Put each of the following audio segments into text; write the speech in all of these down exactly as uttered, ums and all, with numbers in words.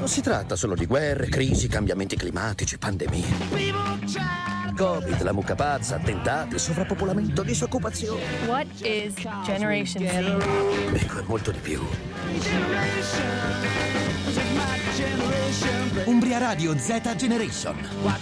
Non si tratta solo di guerre, crisi, cambiamenti climatici, pandemie. Covid, la mucca pazza, attentati, sovrappopolamento, disoccupazione. What is Generation Z? Ecco, è molto di più. Umbria Radio Z Generation.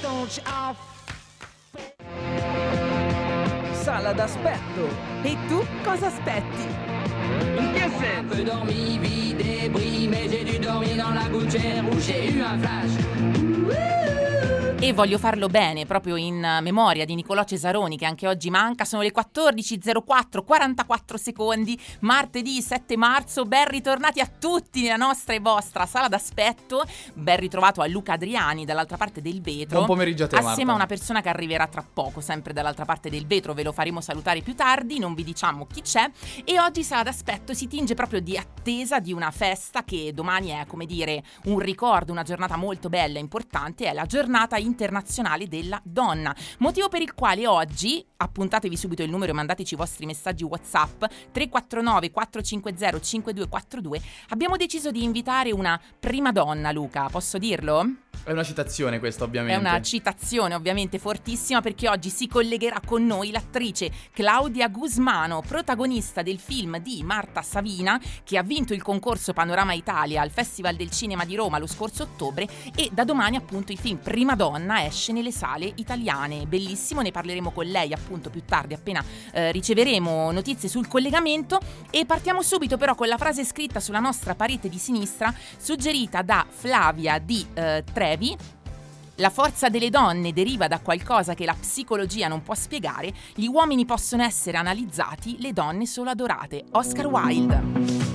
Sala d'aspetto. E tu cosa aspetti? In che senso? Peu dormi, vie débris, mais j'ai dû dormir dans la gouttière où j'ai eu un flash. E voglio farlo bene, proprio in memoria di Nicolò Cesaroni, che anche oggi manca. Sono le quattordici e zero quattro, quarantaquattro secondi, martedì sette marzo. Ben ritornati a tutti nella nostra e vostra sala d'aspetto. Ben ritrovato a Luca Adriani dall'altra parte del vetro. Buon pomeriggio a te, assieme Marta. a una persona che arriverà tra poco, sempre dall'altra parte del vetro. Ve lo faremo salutare più tardi, non vi diciamo chi c'è. E oggi sala d'aspetto si tinge proprio di attesa di una festa che domani è, come dire, un ricordo, una giornata molto bella e importante. È la giornata internazionale della donna, motivo per il quale oggi, appuntatevi subito il numero e mandateci i vostri messaggi WhatsApp tre quattro nove quattro cinque zero cinque due quattro due, abbiamo deciso di invitare una prima donna. Luca, posso dirlo? È una citazione questa, ovviamente. È una citazione ovviamente fortissima, perché oggi si collegherà con noi l'attrice Claudia Gusmano, protagonista del film di Marta Savina, che ha vinto il concorso Panorama Italia al Festival del Cinema di Roma lo scorso ottobre, e da domani appunto il film Prima Donna esce nelle sale italiane. Bellissimo, ne parleremo con lei appunto più tardi, appena eh, riceveremo notizie sul collegamento. E partiamo subito però con la frase scritta sulla nostra parete di sinistra, suggerita da Flavia di eh, Trevi. La forza delle donne deriva da qualcosa che la psicologia non può spiegare. Gli uomini possono essere analizzati, le donne solo adorate. Oscar Wilde.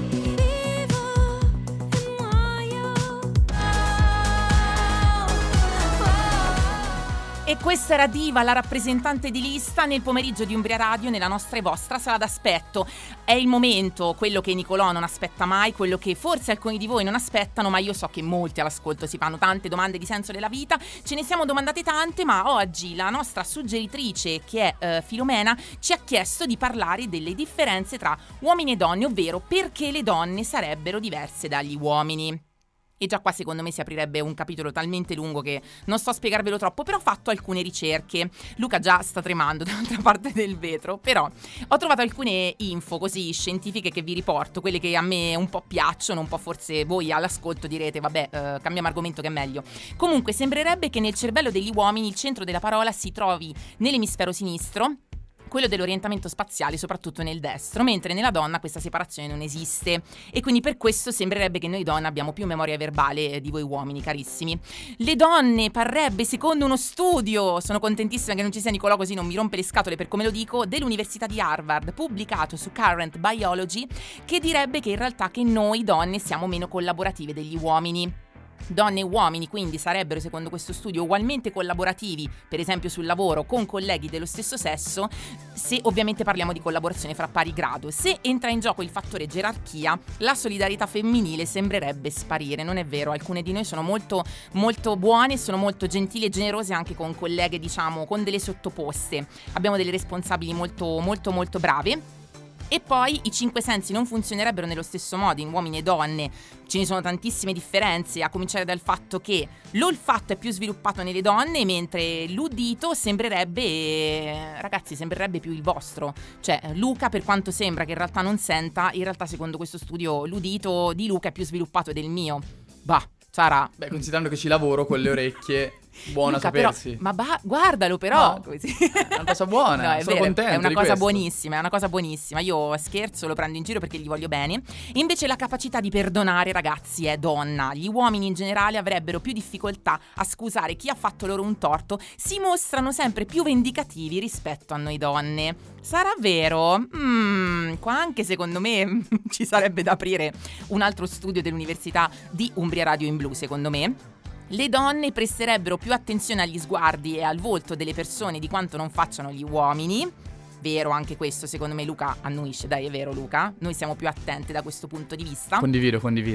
E questa era Diva, la rappresentante di lista, nel pomeriggio di Umbria Radio, nella nostra e vostra sala d'aspetto. È il momento, quello che Nicolò non aspetta mai, quello che forse alcuni di voi non aspettano, ma io so che molti all'ascolto si fanno tante domande di senso della vita. Ce ne siamo domandate tante, ma oggi la nostra suggeritrice, che è eh, Filomena, ci ha chiesto di parlare delle differenze tra uomini e donne, ovvero perché le donne sarebbero diverse dagli uomini. E già qua secondo me si aprirebbe un capitolo talmente lungo che non sto a spiegarvelo troppo, però ho fatto alcune ricerche. Luca già sta tremando dall'altra parte del vetro, però ho trovato alcune info così scientifiche che vi riporto, quelle che a me un po' piacciono, un po' forse voi all'ascolto direte vabbè, eh, cambiamo argomento che è meglio. Comunque sembrerebbe che nel cervello degli uomini il centro della parola si trovi nell'emisfero sinistro, quello dell'orientamento spaziale, soprattutto nel destro, mentre nella donna questa separazione non esiste, e quindi per questo sembrerebbe che noi donne abbiamo più memoria verbale di voi uomini, carissimi. Le donne, parrebbe, secondo uno studio, sono contentissima che non ci sia Nicolò così non mi rompe le scatole per come lo dico, dell'Università di Harvard, pubblicato su Current Biology, che direbbe che in realtà che noi donne siamo meno collaborative degli uomini. Donne e uomini quindi sarebbero, secondo questo studio, ugualmente collaborativi, per esempio sul lavoro, con colleghi dello stesso sesso, se ovviamente parliamo di collaborazione fra pari grado. Se entra in gioco il fattore gerarchia, la solidarietà femminile sembrerebbe sparire. Non è vero, alcune di noi sono molto molto buone, sono molto gentili e generose anche con colleghe, diciamo, con delle sottoposte. Abbiamo delle responsabili molto molto molto brave. E poi i cinque sensi non funzionerebbero nello stesso modo in uomini e donne. Ce ne sono tantissime differenze, a cominciare dal fatto che l'olfatto è più sviluppato nelle donne, mentre l'udito sembrerebbe, ragazzi, sembrerebbe più il vostro. Cioè Luca, per quanto sembra che in realtà non senta, in realtà secondo questo studio l'udito di Luca è più sviluppato del mio. Bah, sarà. Beh, considerando che ci lavoro con le orecchie, buona Luca, sapersi. Però, ma ba- guardalo però, No, così. è una cosa buona, No, è sono vero, contento è una di cosa questo. buonissima, è una cosa buonissima. Io scherzo, lo prendo in giro perché gli voglio bene. Invece la capacità di perdonare, ragazzi, è donna. Gli uomini in generale avrebbero più difficoltà a scusare chi ha fatto loro un torto, si mostrano sempre più vendicativi rispetto a noi donne. Sarà vero? Mm, qua anche secondo me ci sarebbe da aprire un altro studio dell'Università di Umbria Radio in Blu, secondo me. Le donne presterebbero più attenzione agli sguardi e al volto delle persone di quanto non facciano gli uomini. Vero anche questo, secondo me. Luca annuisce, dai, è vero Luca? Noi siamo più attenti da questo punto di vista. Condivido, condivido.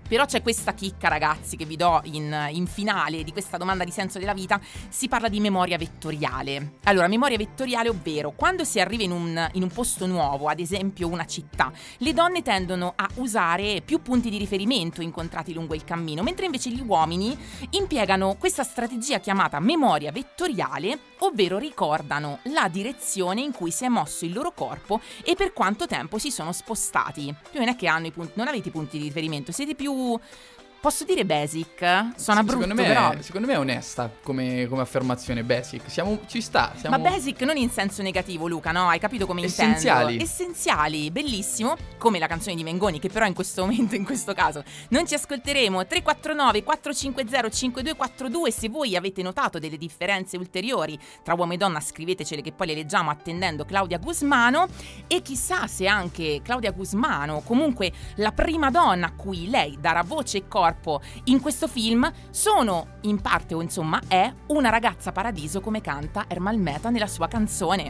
Però c'è questa chicca, ragazzi, che vi do in, in finale di questa domanda di senso della vita. Si parla di memoria vettoriale. Allora, memoria vettoriale, ovvero quando si arriva in un, in un posto nuovo, ad esempio una città, le donne tendono a usare più punti di riferimento incontrati lungo il cammino, mentre invece gli uomini impiegano questa strategia chiamata memoria vettoriale, ovvero ricordano la direzione in cui si è mosso il loro corpo e per quanto tempo si sono spostati. Più non è che hanno i punti, non avete i punti di riferimento, siete più... Posso dire basic? Suona Sì, brutto, secondo me, però. Secondo me è onesta come, come affermazione basic. Siamo, ci sta. Siamo... Ma basic non in senso negativo, Luca, no? Hai capito come Essenziali. intendo? Essenziali, bellissimo, come la canzone di Mengoni, che però in questo momento, in questo caso, non ci ascolteremo. Tre quattro nove quattro cinque zero cinque due quattro due. Se voi avete notato delle differenze ulteriori tra uomo e donna, scrivetecele che poi le leggiamo attendendo Claudia Gusmano. E chissà se anche Claudia Gusmano, comunque la prima donna a cui lei darà voce e corpo in questo film, sono in parte, o insomma è una ragazza paradiso, come canta Ermal Meta nella sua canzone.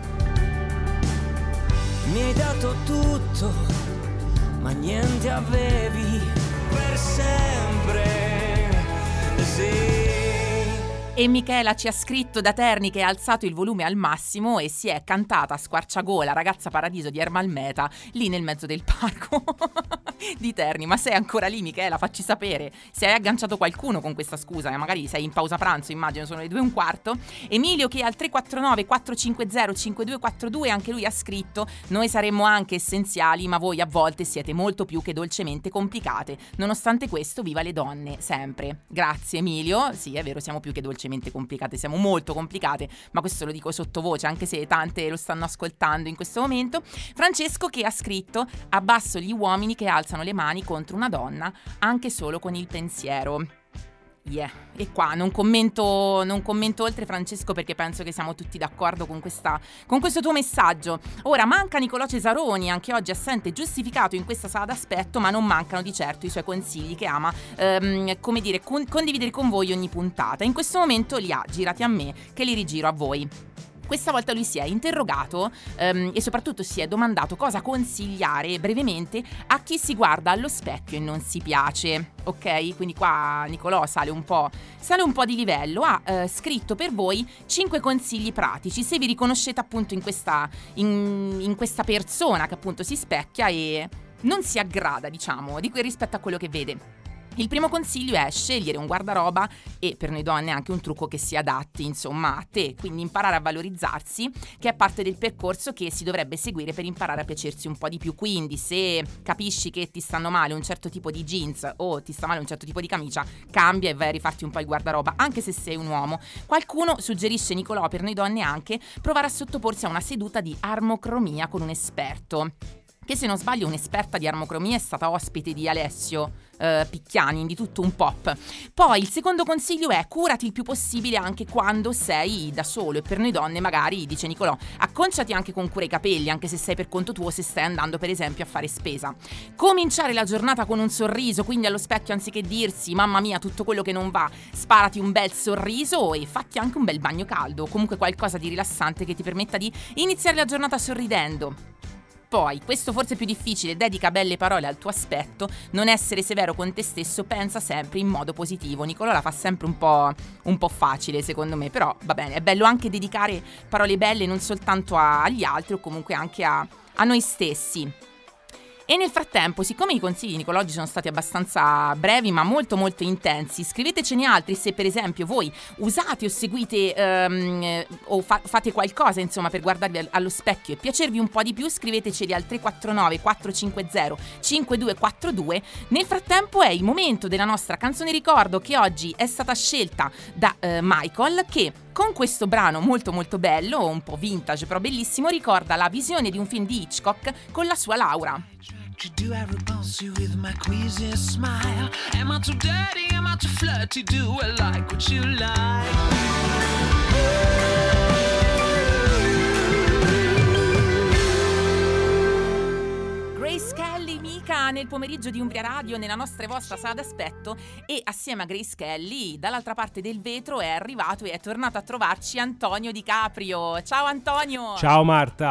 Mi hai dato tutto, ma niente avevi per sempre, sì. E Michela ci ha scritto da Terni che ha alzato il volume al massimo e si è cantata a squarciagola Ragazza Paradiso di Ermal Meta lì nel mezzo del parco di Terni. Ma sei ancora lì, Michela? Facci sapere se hai agganciato qualcuno con questa scusa, e magari sei in pausa pranzo, immagino sono le due e un quarto. Emilio, che al tre quattro nove quattro cinque zero cinque due quattro due, anche lui ha scritto: noi saremmo anche essenziali, ma voi a volte siete molto più che dolcemente complicate. Nonostante questo, viva le donne sempre. Grazie Emilio. Sì, è vero, siamo più che dolcemente complicate, siamo molto complicate, ma questo lo dico sottovoce, anche se tante lo stanno ascoltando in questo momento. Francesco, che ha scritto: abbasso gli uomini che alzano le mani contro una donna anche solo con il pensiero. Yeah. E qua non commento, non commento oltre, Francesco, perché penso che siamo tutti d'accordo con questa, con questo tuo messaggio. Ora manca Nicolò Cesaroni, anche oggi assente giustificato in questa sala d'aspetto, ma non mancano di certo i suoi consigli che ama ehm, come dire con, condividere con voi ogni puntata. In questo momento li ha girati a me, che li rigiro a voi. Questa volta lui si è interrogato um, e soprattutto si è domandato cosa consigliare brevemente a chi si guarda allo specchio e non si piace, ok? Quindi qua Nicolò sale un po', sale un po' di livello. Ha uh, scritto per voi cinque consigli pratici se vi riconoscete appunto in questa, in, in questa persona che appunto si specchia e non si aggrada, diciamo, di rispetto a quello che vede. Il primo consiglio è scegliere un guardaroba e per noi donne anche un trucco che si adatti insomma a te, quindi imparare a valorizzarsi, che è parte del percorso che si dovrebbe seguire per imparare a piacersi un po' di più. Quindi se capisci che ti stanno male un certo tipo di jeans o ti sta male un certo tipo di camicia, cambia e vai a rifarti un po' il guardaroba, anche se sei un uomo. Qualcuno suggerisce, Nicolò, per noi donne anche provare a sottoporsi a una seduta di armocromia con un esperto, che se non sbaglio un'esperta di armocromia è stata ospite di Alessio eh, Picchiani, di Tutto un Pop. Poi il secondo consiglio è: curati il più possibile anche quando sei da solo, e per noi donne magari, dice Nicolò, acconciati anche con cura i capelli, anche se sei per conto tuo, se stai andando per esempio a fare spesa. Cominciare la giornata con un sorriso, quindi allo specchio anziché dirsi mamma mia tutto quello che non va, sparati un bel sorriso e fatti anche un bel bagno caldo, comunque qualcosa di rilassante che ti permetta di iniziare la giornata sorridendo. Poi, questo forse è più difficile, dedica belle parole al tuo aspetto, non essere severo con te stesso, pensa sempre in modo positivo. Nicolò la fa sempre un po', un po' facile secondo me, però va bene, è bello anche dedicare parole belle non soltanto a, agli altri o comunque anche a, a noi stessi. E nel frattempo, siccome i consigli di Nicolò oggi sono stati abbastanza brevi ma molto molto intensi, scrivetecene altri se per esempio voi usate o seguite um, o fa- fate qualcosa insomma per guardarvi allo specchio e piacervi un po' di più. Scriveteceli al tre quattro nove quattro cinque zero cinque due quattro due. Nel frattempo è il momento della nostra canzone ricordo, che oggi è stata scelta da uh, Michael, che con questo brano molto molto bello, un po' vintage però bellissimo, ricorda la visione di un film di Hitchcock con la sua Laura. Do I repulse you with my queasy smile? Am I too dirty? Am I too flirty? Do I like what you like? Grace Kelly, mica nel pomeriggio di Umbria Radio, nella nostra e vostra sala d'aspetto, e assieme a Grace Kelly dall'altra parte del vetro è arrivato e è tornato a trovarci Antonio Di Caprio. Ciao Antonio! Ciao Marta!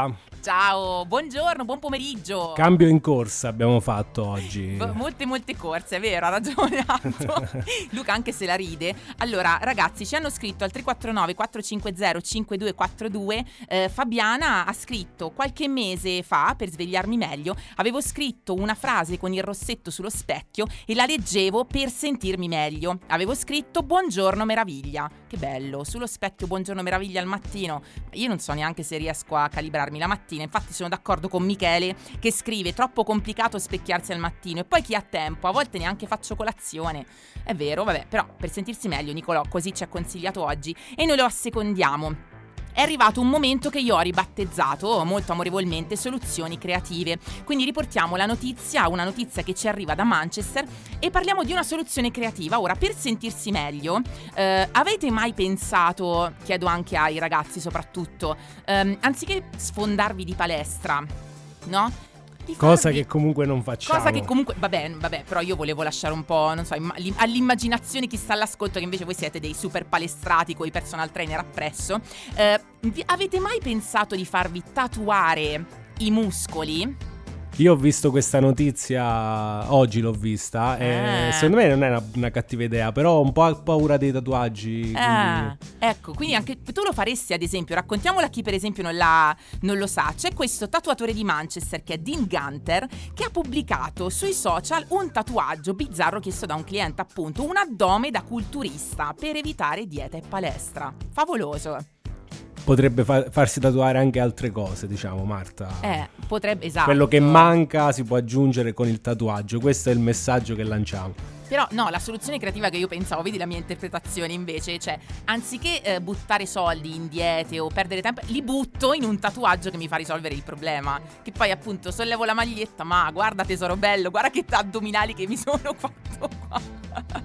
Ciao, buongiorno, buon pomeriggio. Cambio in corsa abbiamo fatto oggi. V- molte molte corse, è vero, ha ragione Anto. Luca anche se la ride. Allora ragazzi, ci hanno scritto al tre quattro nove quattro cinque zero cinque due quattro due. eh, Fabiana ha scritto: qualche mese fa, per svegliarmi meglio, avevo scritto una frase con il rossetto sullo specchio e la leggevo per sentirmi meglio. Avevo scritto buongiorno meraviglia. Che bello, sullo specchio buongiorno meraviglia al mattino. Io non so neanche se riesco a calibrarmi la mattina. Infatti sono d'accordo con Michele che scrive: troppo complicato specchiarsi al mattino, e poi chi ha tempo, a volte neanche faccio colazione. È vero, vabbè, però per sentirsi meglio, Nicolò, così ci ha consigliato oggi e noi lo assecondiamo. È arrivato un momento che io ho ribattezzato molto amorevolmente soluzioni creative. Quindi riportiamo la notizia, una notizia che ci arriva da Manchester, e parliamo di una soluzione creativa. Ora, per sentirsi meglio, eh, avete mai pensato, chiedo anche ai ragazzi soprattutto, ehm, anziché sfondarvi di palestra, no? Cosa che comunque non facciamo. Cosa che comunque, vabbè, vabbè, però io volevo lasciare un po', non so, imma- all'immaginazione chi sta all'ascolto, che invece voi siete dei super palestrati con i personal trainer appresso. Eh, vi- avete mai pensato di farvi tatuare i muscoli? Io ho visto questa notizia, oggi l'ho vista, e Eh. secondo me non è una, una cattiva idea, però ho un po' ho paura dei tatuaggi. Ah, quindi- ecco, quindi anche tu lo faresti, ad esempio. Raccontiamolo a chi per esempio non, la, non lo sa. C'è questo tatuatore di Manchester che è Dean Gunter, che ha pubblicato sui social un tatuaggio bizzarro chiesto da un cliente, appunto un addome da culturista per evitare dieta e palestra. Favoloso. Potrebbe fa- farsi tatuare anche altre cose, diciamo, Marta. Eh, potrebbe, esatto. Quello che manca si può aggiungere con il tatuaggio. Questo è il messaggio che lanciamo. Però no, la soluzione creativa che io pensavo, vedi la mia interpretazione invece, cioè anziché eh, buttare soldi in diete o perdere tempo, li butto in un tatuaggio che mi fa risolvere il problema. Che poi appunto sollevo la maglietta, ma guarda tesoro bello, guarda che addominali che mi sono fatto qua.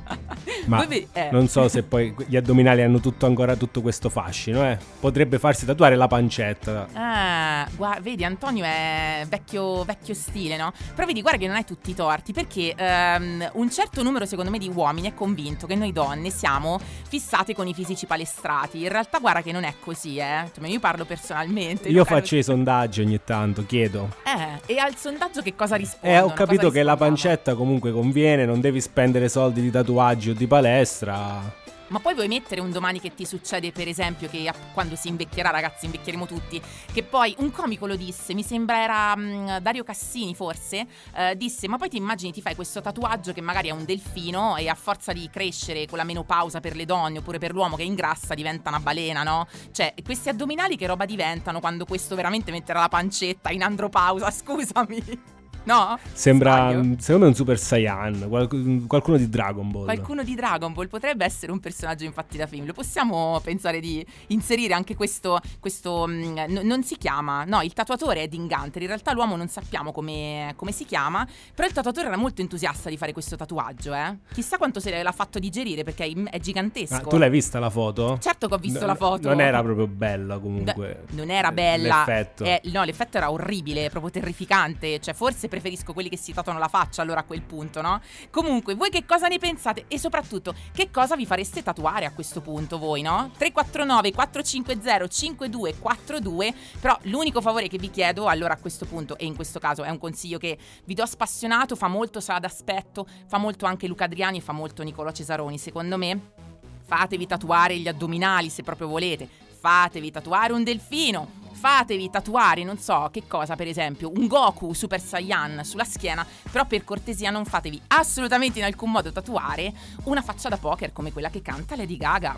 Ma Voi ve- eh. non so se poi gli addominali hanno tutto ancora tutto questo fascino, eh. Potrebbe farsi tatuare la pancetta. Ah, guarda, vedi, Antonio è vecchio, vecchio stile, no? Però vedi, guarda che non hai tutti i torti, perché ehm, un certo numero, secondo me, di uomini è convinto che noi donne siamo fissate con i fisici palestrati. In realtà guarda che non è così, eh. Cioè, io parlo personalmente. Io faccio i sondaggi ogni tanto, chiedo. Eh, e al sondaggio che cosa rispondono? Eh, ho capito Cosa che la rispondiamo? pancetta comunque conviene, non devi spendere soldi di tatuaggi o di palestra. Ma poi vuoi mettere un domani che ti succede, per esempio, che a- quando si invecchierà, ragazzi, invecchieremo tutti, che poi un comico lo disse, mi sembra era mh, Dario Cassini forse, eh, disse: ma poi ti immagini, ti fai questo tatuaggio che magari è un delfino e a forza di crescere con la menopausa per le donne oppure per l'uomo che ingrassa diventa una balena, no? Cioè, questi addominali che roba diventano quando questo veramente metterà la pancetta in andropausa, scusami. No? Sembra, Sbaglio? secondo me, un Super Saiyan, qual- qualcuno di Dragon Ball. Qualcuno di Dragon Ball potrebbe essere un personaggio infatti da film. Lo possiamo pensare di inserire anche questo, questo mh, n- non si chiama, no, il tatuatore è Dean Gunter. In realtà l'uomo non sappiamo come, come si chiama, però il tatuatore era molto entusiasta di fare questo tatuaggio, eh. Chissà quanto se l'ha fatto digerire, perché è, è gigantesco. Ma tu l'hai vista la foto? Certo che ho visto No, la foto. Non era proprio bella comunque. Da- non era bella. L'effetto. Eh, no, l'effetto era orribile, proprio terrificante. Cioè, forse preferisco quelli che si tatuano la faccia allora a quel punto, no? Comunque, voi che cosa ne pensate? E soprattutto, che cosa vi fareste tatuare a questo punto voi, no? tre quattro nove quattro cinque zero cinque due quattro due. Però l'unico favore che vi chiedo allora a questo punto, e in questo caso è un consiglio che vi do spassionato, fa molto Sala d'Aspetto, fa molto anche Luca Adriani e fa molto Nicolò Cesaroni, secondo me. Fatevi tatuare gli addominali se proprio volete. Fatevi tatuare un delfino. Fatevi tatuare, non so che cosa, per esempio, un Goku Super Saiyan sulla schiena. Però per cortesia non fatevi assolutamente in alcun modo tatuare una faccia da poker come quella che canta Lady Gaga.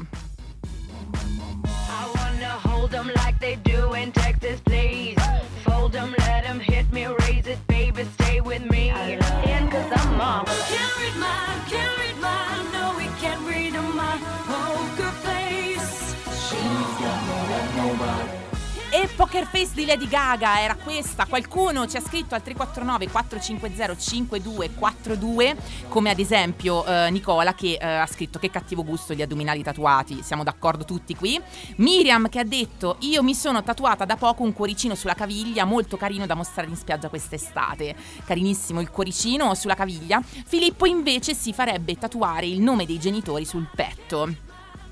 I wanna hold them like they do in Texas, please. Fold them, let them hit me, raise it, baby, stay with me. And cause I'm mom. Can't read mine, can't read mine. No, we can't read my poker face. She's got more than nobody. E Poker Face di Lady Gaga era questa. Qualcuno ci ha scritto al tre quattro nove quattro cinque zero cinque due quattro due, come ad esempio eh, Nicola che eh, ha scritto: che cattivo gusto gli addominali tatuati. Siamo d'accordo tutti qui. Miriam che ha detto: io mi sono tatuata da poco un cuoricino sulla caviglia, molto carino da mostrare in spiaggia quest'estate. Carinissimo il cuoricino sulla caviglia. Filippo invece si farebbe tatuare il nome dei genitori sul petto.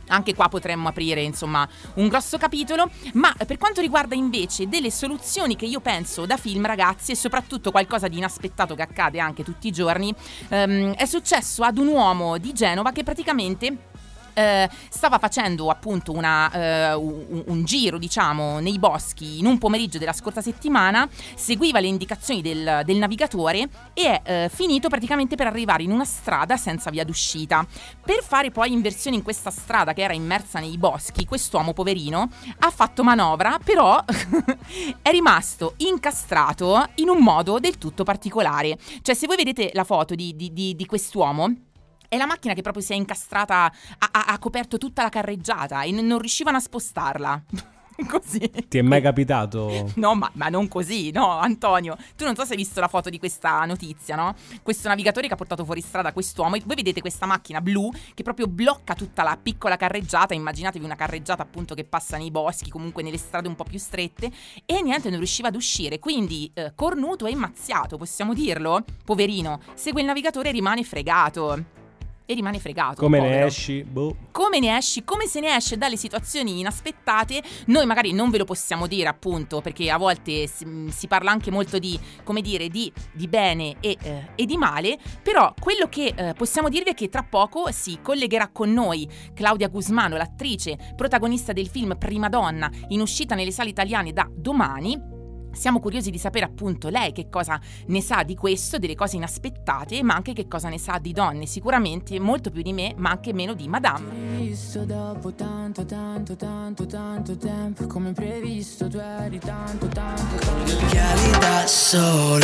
Anche qua potremmo aprire insomma un grosso capitolo, ma per quanto riguarda invece delle soluzioni che io penso da film, ragazzi, e soprattutto qualcosa di inaspettato che accade anche tutti i giorni, ehm, è successo ad un uomo di Genova che praticamente Uh, stava facendo appunto una, uh, un, un giro, diciamo, nei boschi in un pomeriggio della scorsa settimana, seguiva le indicazioni del, del navigatore e è uh, finito praticamente per arrivare in una strada senza via d'uscita. Per fare poi inversione in questa strada che era immersa nei boschi, quest'uomo poverino ha fatto manovra, però è rimasto incastrato in un modo del tutto particolare. Cioè, se voi vedete la foto di, di, di, di quest'uomo, è la macchina che proprio si è incastrata, ha, ha, ha coperto tutta la carreggiata e n- non riuscivano a spostarla. Così. Ti è mai capitato? No, ma, ma non così, no, Antonio. Tu non so se hai visto la foto di questa notizia, no? Questo navigatore che ha portato fuori strada quest'uomo. E voi vedete questa macchina blu che proprio blocca tutta la piccola carreggiata. Immaginatevi una carreggiata appunto che passa nei boschi, comunque nelle strade un po' più strette. E niente, non riusciva ad uscire. Quindi eh, cornuto e imazziato, possiamo dirlo? Poverino, segue il navigatore e rimane fregato. E rimane fregato. Come povero. ne esci? Boh. Come ne esci? Come se ne esce dalle situazioni inaspettate? Noi magari non ve lo possiamo dire, appunto, perché a volte si, si parla anche molto di, come dire, di, di bene e, eh, e di male. Però quello che eh, possiamo dirvi è che tra poco si collegherà con noi Claudia Gusmano, l'attrice protagonista del film Prima Donna, in uscita nelle sale italiane da domani. Siamo curiosi di sapere appunto lei che cosa ne sa di questo, delle cose inaspettate, ma anche che cosa ne sa di donne, sicuramente molto più di me, ma anche meno di Madame. Visto dopo tanto tanto tanto tanto tempo, come previsto tu eri tanto tanto tanto. Occhiali da sole,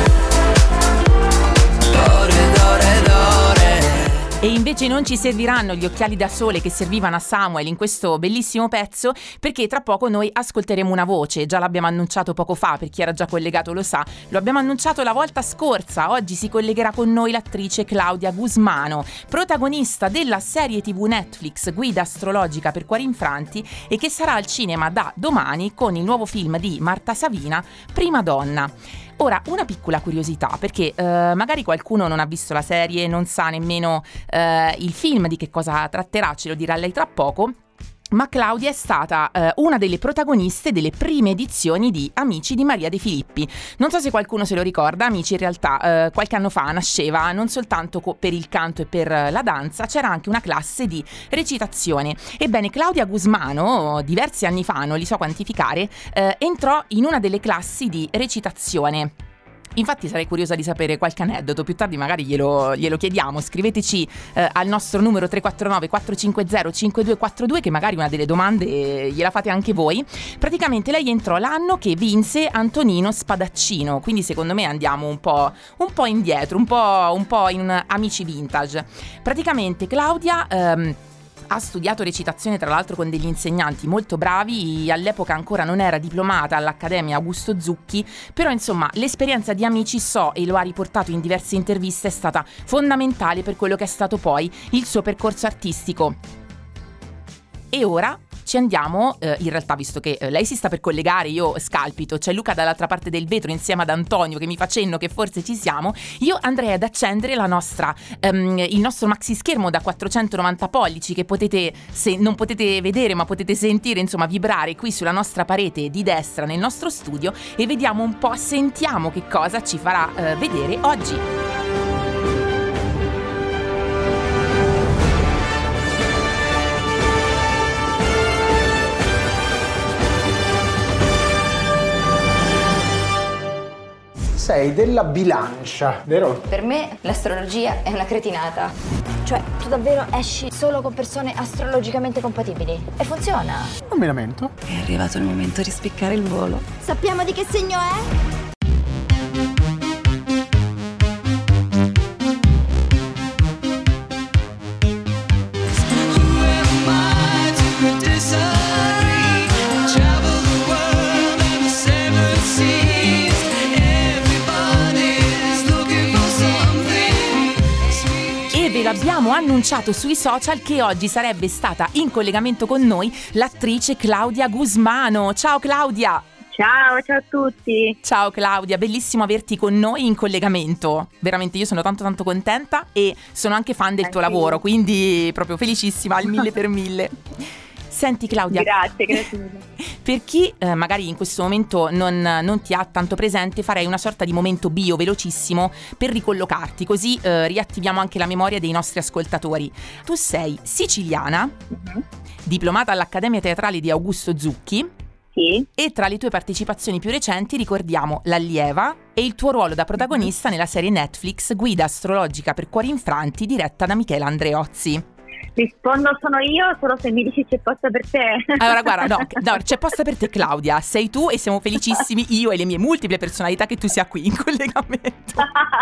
d'ore, d'ore, d'ore. E invece non ci serviranno gli occhiali da sole che servivano a Samuel in questo bellissimo pezzo, perché tra poco noi ascolteremo una voce. Già l'abbiamo annunciato poco fa, per chi era già collegato lo sa, lo abbiamo annunciato la volta scorsa. Oggi si collegherà con noi l'attrice Claudia Gusmano, protagonista della serie tv Netflix Guida astrologica per cuori infranti, e che sarà al cinema da domani con il nuovo film di Marta Savina, Prima Donna. Ora, una piccola curiosità, perché eh, magari qualcuno non ha visto la serie, non sa nemmeno eh, il film di che cosa tratterà, ce lo dirà lei tra poco. Ma Claudia è stata eh, una delle protagoniste delle prime edizioni di Amici di Maria De Filippi. Non so se qualcuno se lo ricorda, Amici in realtà eh, qualche anno fa nasceva non soltanto co- per il canto e per eh, la danza, c'era anche una classe di recitazione. Ebbene, Claudia Gusmano, diversi anni fa, non li so quantificare, eh, entrò in una delle classi di recitazione. Infatti sarei curiosa di sapere qualche aneddoto, più tardi magari glielo, glielo chiediamo. Scriveteci eh, al nostro numero tre quattro nove quattro cinque zero cinque due quattro due, che magari una delle domande eh, gliela fate anche voi. Praticamente lei entrò l'anno che vinse Antonino Spadaccino, quindi secondo me andiamo un po', un po' indietro, un po', un po' in Amici Vintage. Praticamente Claudia... Ehm, ha studiato recitazione tra l'altro con degli insegnanti molto bravi, all'epoca ancora non era diplomata all'Accademia Augusto Zucchi, però insomma l'esperienza di Amici, so, e lo ha riportato in diverse interviste, è stata fondamentale per quello che è stato poi il suo percorso artistico. E ora ci andiamo, eh, in realtà, visto che eh, lei si sta per collegare, io scalpito, c'è Luca dall'altra parte del vetro insieme ad Antonio che mi fa cenno che forse ci siamo, io andrei ad accendere la nostra, um, il nostro maxi schermo da quattrocentonovanta pollici che potete, se non potete vedere ma potete sentire, insomma, vibrare qui sulla nostra parete di destra nel nostro studio, e vediamo un po', sentiamo che cosa ci farà uh, vedere oggi. Sei della bilancia, vero? Per me l'astrologia è una cretinata. Cioè, tu davvero esci solo con persone astrologicamente compatibili? E funziona? Non mi lamento. È arrivato il momento di spiccare il volo. Sappiamo di che segno è? Abbiamo annunciato sui social che oggi sarebbe stata in collegamento con noi l'attrice Claudia Gusmano. Ciao Claudia! Ciao, ciao a tutti. Ciao Claudia, bellissimo averti con noi in collegamento. Veramente io sono tanto tanto contenta e sono anche fan del Anche tuo lavoro, io. quindi proprio felicissima al mille per mille. Senti Claudia, Grazie, grazie mille. per chi eh, magari in questo momento non, non ti ha tanto presente, farei una sorta di momento bio velocissimo per ricollocarti, così eh, riattiviamo anche la memoria dei nostri ascoltatori. Tu sei siciliana, Mhm. diplomata all'Accademia Teatrale di Augusto Zucchi. Sì. E tra le tue partecipazioni più recenti ricordiamo L'Allieva e il tuo ruolo da protagonista nella serie Netflix Guida astrologica per cuori infranti diretta da Michela Andreozzi. Rispondo sono io, solo se mi dici c'è posto per te. Allora guarda, no, no, c'è posta per te Claudia, sei tu e siamo felicissimi io e le mie multiple personalità che tu sia qui in collegamento.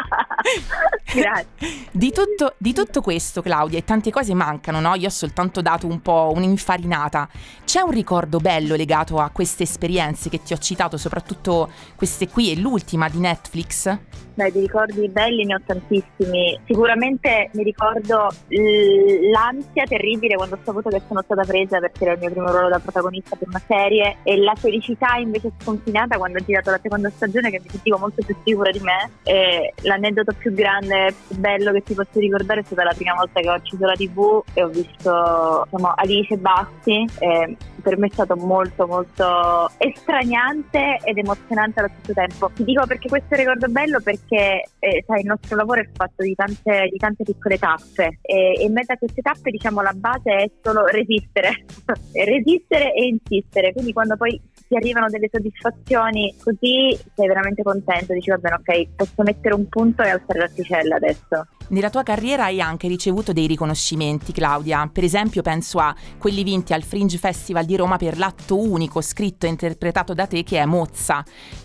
Grazie. Di tutto, di tutto questo Claudia, e tante cose mancano, no? Io ho soltanto dato un po' un'infarinata. C'è un ricordo bello legato a queste esperienze che ti ho citato, soprattutto queste qui e l'ultima di Netflix? Beh, di ricordi belli ne ho tantissimi. Sicuramente mi ricordo l- l'ansia terribile quando ho saputo che sono stata presa, perché era il mio primo ruolo da protagonista per una serie, e la felicità invece sconfinata quando ho girato la seconda stagione, che mi sentivo molto più sicura di me. E l'aneddoto più grande, più bello che ti posso ricordare è stata la prima volta che ho acceso la tivù e ho visto, diciamo, Alice Basti. E per me è stato molto molto estraniante ed emozionante allo stesso tempo. Ti dico perché questo è un ricordo bello, perché eh, sai, il nostro lavoro è fatto di tante, di tante piccole tappe, e, e in mezzo a queste tappe, diciamo, la base è solo resistere resistere e insistere, quindi quando poi ti arrivano delle soddisfazioni così sei veramente contento, dici va bene, ok, posso mettere un punto e alzare l'asticella adesso. Nella tua carriera hai anche ricevuto dei riconoscimenti, Claudia. Per esempio penso a quelli vinti al Fringe Festival di Roma per l'atto unico scritto e interpretato da te, che è Mozza.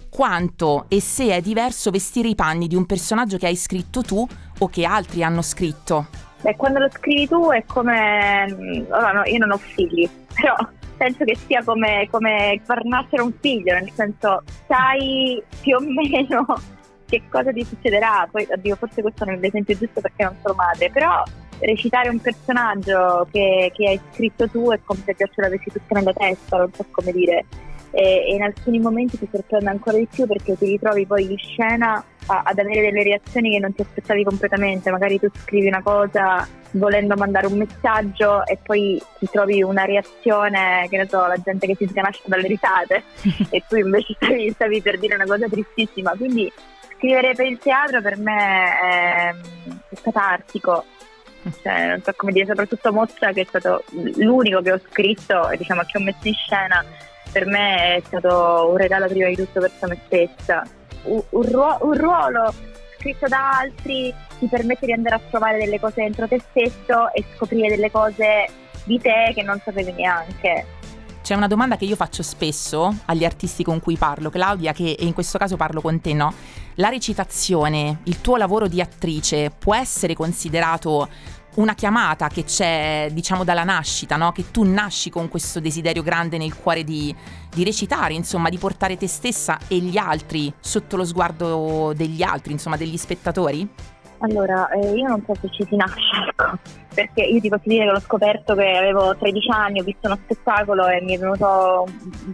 Quanto e se è diverso vestire i panni di un personaggio che hai scritto tu o che altri hanno scritto? Beh, quando lo scrivi tu è come... Allora, no, io non ho figli, però penso che sia come, come far nascere un figlio, nel senso sai più o meno che cosa ti succederà. Poi, oddio, forse questo non è l'esempio giusto perché non sono madre, però recitare un personaggio che, che hai scritto tu è come se già ce l'avessi tutta nella testa, non so come dire. E, e in alcuni momenti ti sorprende ancora di più perché ti ritrovi poi in scena a, ad avere delle reazioni che non ti aspettavi completamente. Magari tu scrivi una cosa volendo mandare un messaggio e poi ti trovi una reazione, che ne so, la gente che si sganascia dalle risate e tu invece stavi, stavi per dire una cosa tristissima. Quindi scrivere per il teatro per me è, è catartico. Cioè, non so come dire, soprattutto Mozza, che è stato l'unico che ho scritto e diciamo che ho messo in scena, per me è stato un regalo prima di tutto verso me stessa. Un, un, ruo- un ruolo scritto da altri ti permette di andare a trovare delle cose dentro te stesso e scoprire delle cose di te che non sapevi neanche. C'è una domanda che io faccio spesso agli artisti con cui parlo, Claudia, che in questo caso parlo con te, no? La recitazione, il tuo lavoro di attrice, può essere considerato una chiamata che c'è, diciamo, dalla nascita, no? Che tu nasci con questo desiderio grande nel cuore di, di recitare, insomma, di portare te stessa e gli altri sotto lo sguardo degli altri, insomma, degli spettatori? Allora, eh, io non so se ci si nasce, ecco, perché io ti posso dire che l'ho scoperto che avevo tredici anni, ho visto uno spettacolo e mi è venuto,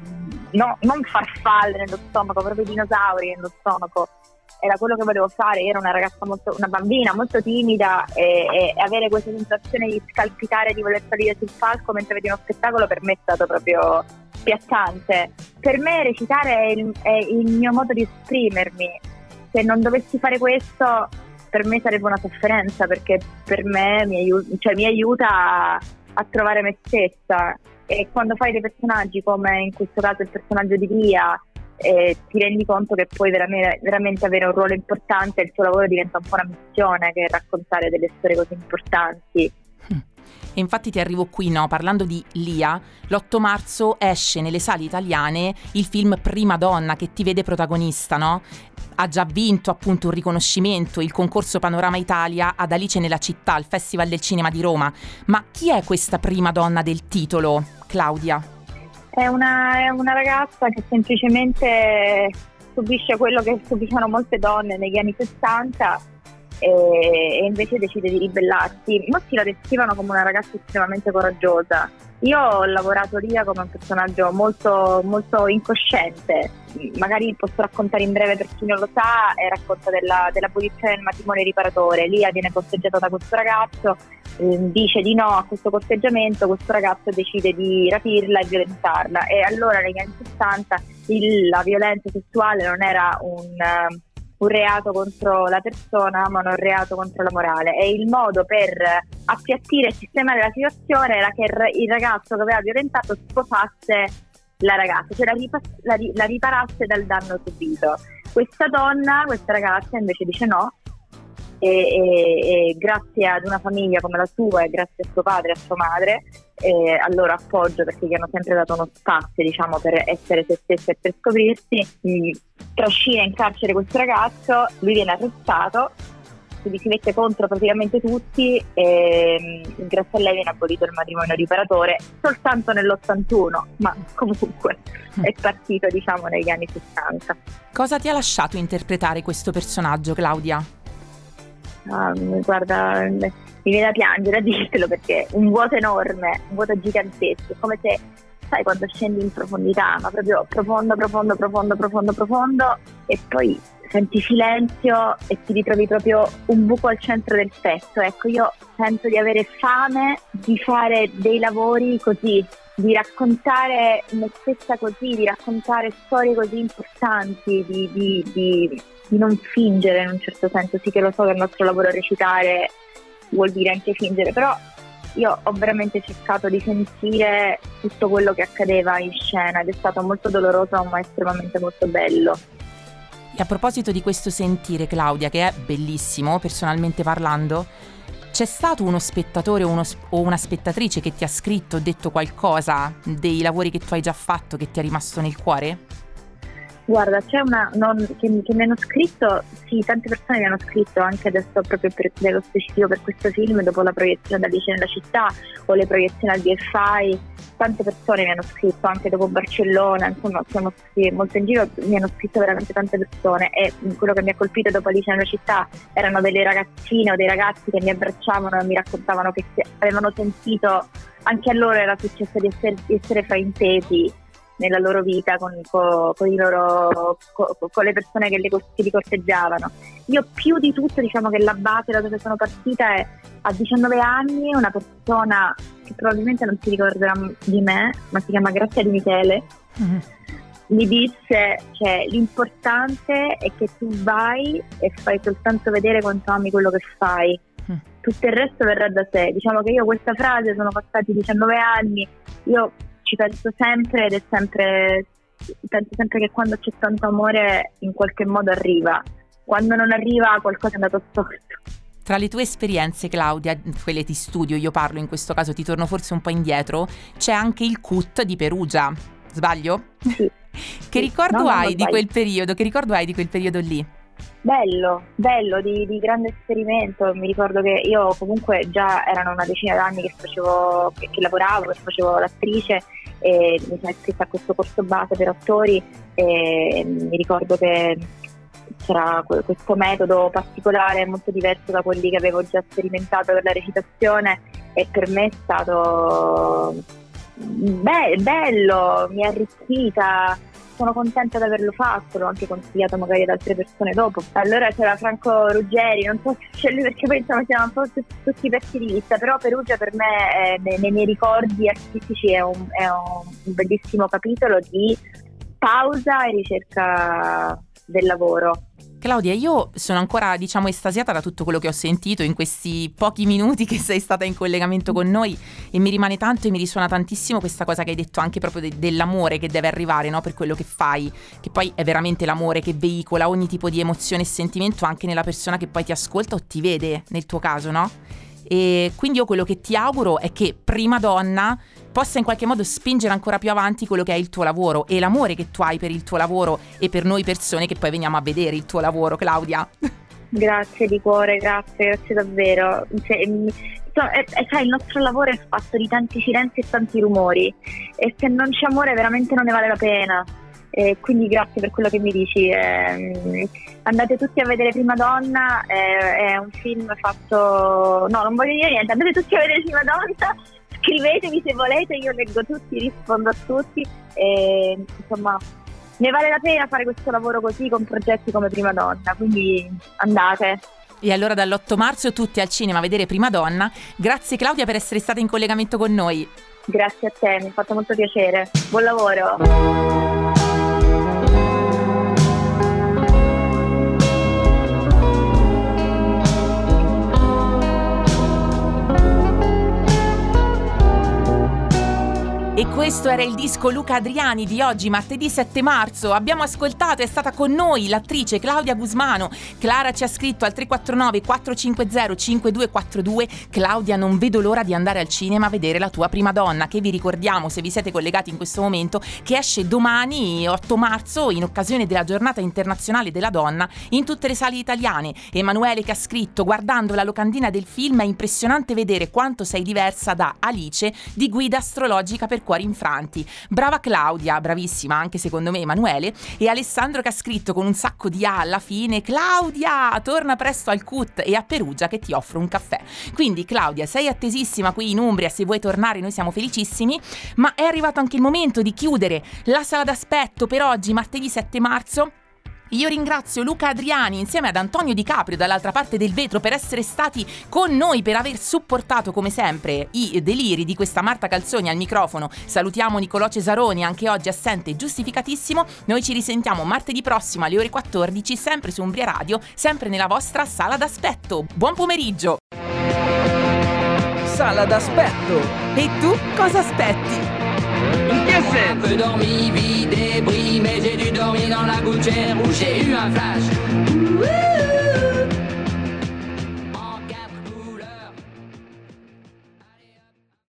no, non farfalle nello stomaco, proprio dinosauri nello stomaco. Era quello che volevo fare. Io ero una ragazza molto, una bambina molto timida, e, e avere questa sensazione di scalpitare, di voler salire sul palco mentre vedi uno spettacolo, per me è stato proprio spiazzante. Per me recitare è il, è il mio modo di esprimermi. Se non dovessi fare questo, per me sarebbe una sofferenza, perché per me mi aiuta, cioè mi aiuta a, a trovare me stessa. E quando fai dei personaggi come in questo caso il personaggio di Lia, e ti rendi conto che puoi veramente, veramente avere un ruolo importante, e il tuo lavoro diventa un po' una missione, che è raccontare delle storie così importanti. E infatti ti arrivo qui, no? Parlando di Lia, l'otto marzo esce nelle sale italiane il film Prima Donna, che ti vede protagonista, no? Ha già vinto appunto un riconoscimento, il concorso Panorama Italia ad Alice nella città, al Festival del Cinema di Roma. Ma chi è questa prima donna del titolo, Claudia? È una, è una ragazza che semplicemente subisce quello che subiscono molte donne negli anni sessanta, e, e invece decide di ribellarsi. Molti la descrivono come una ragazza estremamente coraggiosa. Io ho lavorato lì come un personaggio molto, molto incosciente. Magari posso raccontare in breve per chi non lo sa, e racconta della, dell'abolizione del matrimonio riparatore. Lia viene corteggiata da questo ragazzo, eh, dice di no a questo corteggiamento, questo ragazzo decide di rapirla e violentarla, e allora negli anni sessanta il, la violenza sessuale non era un... Uh, un reato contro la persona, ma non un reato contro la morale, e il modo per appiattire e sistemare la situazione era che il ragazzo che aveva violentato sposasse la ragazza, cioè la, ripas- la, ri- la riparasse dal danno subito. Questa donna, questa ragazza invece dice no, e, e, e grazie ad una famiglia come la sua e grazie a suo padre e a sua madre, eh, al loro appoggio, perché gli hanno sempre dato uno spazio, diciamo, per essere se stessa e per scoprirsi, mh, trascina in carcere questo ragazzo, lui viene arrestato, quindi si mette contro praticamente tutti, e mh, grazie a lei viene abolito il matrimonio riparatore soltanto nell'ottantuno, ma comunque è partito, diciamo, negli anni sessanta. Cosa ti ha lasciato interpretare questo personaggio, Claudia? Ah, guarda, mi viene da piangere a dirtelo, perché un vuoto enorme, un vuoto gigantesco, come se, sai, quando scendi in profondità, ma proprio profondo, profondo, profondo, profondo, profondo, e poi senti silenzio e ti ritrovi proprio un buco al centro del petto. Ecco, io sento di avere fame di fare dei lavori così, di raccontare me stessa così, di raccontare storie così importanti, di, di, di, di non fingere in un certo senso. Sì, che lo so che il nostro lavoro è recitare, vuol dire anche fingere, però io ho veramente cercato di sentire tutto quello che accadeva in scena, ed è stato molto doloroso ma estremamente molto bello. E a proposito di questo sentire, Claudia, che è bellissimo personalmente parlando, c'è stato uno spettatore o, uno, o una spettatrice che ti ha scritto o detto qualcosa dei lavori che tu hai già fatto che ti è rimasto nel cuore? Guarda, c'è una non, che, che mi hanno scritto, sì, tante persone mi hanno scritto anche adesso proprio per, nello specifico per questo film, dopo la proiezione da Alice nella città o le proiezioni al D F I, tante persone mi hanno scritto anche dopo Barcellona, insomma siamo sì, molto in giro, mi hanno scritto veramente tante persone, e quello che mi ha colpito dopo Alice nella città erano delle ragazzine o dei ragazzi che mi abbracciavano e mi raccontavano che avevano sentito, anche a loro era successo di essere, di essere fraintesi nella loro vita con, con, con, i loro, con, con le persone che, le, che li corteggiavano. Io più di tutto, diciamo che la base da dove sono partita è a diciannove anni una persona che probabilmente non si ricorderà di me, ma si chiama Grazia Di Michele, mm-hmm. mi disse, cioè, l'importante è che tu vai e fai soltanto vedere quanto ami quello che fai, mm. tutto il resto verrà da sé. Diciamo che io questa frase, sono passati diciannove anni, io ci penso sempre, ed è sempre, penso sempre che quando c'è tanto amore in qualche modo arriva, quando non arriva qualcosa è andato storto. Tra le tue esperienze, Claudia, quelle di studio, io parlo in questo caso, ti torno forse un po' indietro, c'è anche il C U T di Perugia, sbaglio? Sì. Che ricordo no, no, hai di sbaglio. quel periodo? Che ricordo hai di quel periodo lì? Bello, bello, di, di grande esperimento. Mi ricordo che io comunque già erano una decina d'anni che facevo, che, che lavoravo, che facevo l'attrice, e mi sono iscritta a questo corso base per attori, e mi ricordo che c'era questo metodo particolare, molto diverso da quelli che avevo già sperimentato per la recitazione, e per me è stato be- bello, mi ha arricchita. Sono contenta di averlo fatto, l'ho anche consigliato magari ad altre persone dopo. Allora c'era Franco Ruggeri, non so se c'è lui perché poi insomma siamo un po' tutti, tutti persi di vista, però Perugia per me è, nei, nei miei ricordi artistici è un, è un bellissimo capitolo di pausa e ricerca del lavoro. Claudia, io sono ancora, diciamo, estasiata da tutto quello che ho sentito in questi pochi minuti che sei stata in collegamento con noi, e mi rimane tanto e mi risuona tantissimo questa cosa che hai detto anche proprio de- dell'amore che deve arrivare, no? Per quello che fai, che poi è veramente l'amore che veicola ogni tipo di emozione e sentimento anche nella persona che poi ti ascolta o ti vede, nel tuo caso, no? E quindi io quello che ti auguro è che Prima Donna possa in qualche modo spingere ancora più avanti quello che è il tuo lavoro e l'amore che tu hai per il tuo lavoro e per noi persone che poi veniamo a vedere il tuo lavoro, Claudia. Grazie di cuore, grazie, grazie davvero. Cioè, so, è, è, sai, il nostro lavoro è fatto di tanti silenzi e tanti rumori, e se non c'è amore veramente non ne vale la pena. E quindi grazie per quello che mi dici. Eh, andate tutti a vedere Prima Donna, eh, è un film fatto... No, non voglio dire niente, andate tutti a vedere Prima Donna, scrivetemi se volete, io leggo tutti, rispondo a tutti e insomma ne vale la pena fare questo lavoro così con progetti come Prima Donna, quindi andate. E allora dall'otto marzo tutti al cinema a vedere Prima Donna. Grazie Claudia per essere stata in collegamento con noi. Grazie a te, mi ha fatto molto piacere. Buon lavoro. E questo era il disco Luca Adriani di oggi, martedì sette marzo. Abbiamo ascoltato, è stata con noi l'attrice Claudia Gusmano. Clara ci ha scritto al tre quattro nove quattro cinque zero cinque due quattro due: Claudia, non vedo l'ora di andare al cinema a vedere La tua prima donna, che vi ricordiamo, se vi siete collegati in questo momento, che esce domani otto marzo in occasione della giornata internazionale della donna in tutte le sale italiane. Emanuele che ha scritto: guardando la locandina del film è impressionante vedere quanto sei diversa da Alice di Guida astrologica per cuori infranti. Brava Claudia, bravissima anche secondo me Emanuele. E Alessandro che ha scritto con un sacco di A alla fine: Claudia, torna presto al C U T e a Perugia che ti offro un caffè. Quindi Claudia, sei attesissima qui in Umbria, se vuoi tornare noi siamo felicissimi, ma è arrivato anche il momento di chiudere la sala d'aspetto per oggi, martedì sette marzo. Io ringrazio Luca Adriani insieme ad Antonio Di Caprio dall'altra parte del vetro per essere stati con noi, per aver supportato come sempre i deliri di questa Marta Calzoni al microfono. Salutiamo Nicolò Cesaroni, anche oggi assente, giustificatissimo. Noi ci risentiamo martedì prossimo alle ore quattordici, sempre su Umbria Radio, sempre nella vostra sala d'aspetto. Buon pomeriggio! Sala d'aspetto. E tu cosa aspetti? In che senso? Un peu dormi, vie débris, mais j'ai dû dormir dans la gouttière où j'ai eu un flash. Ouh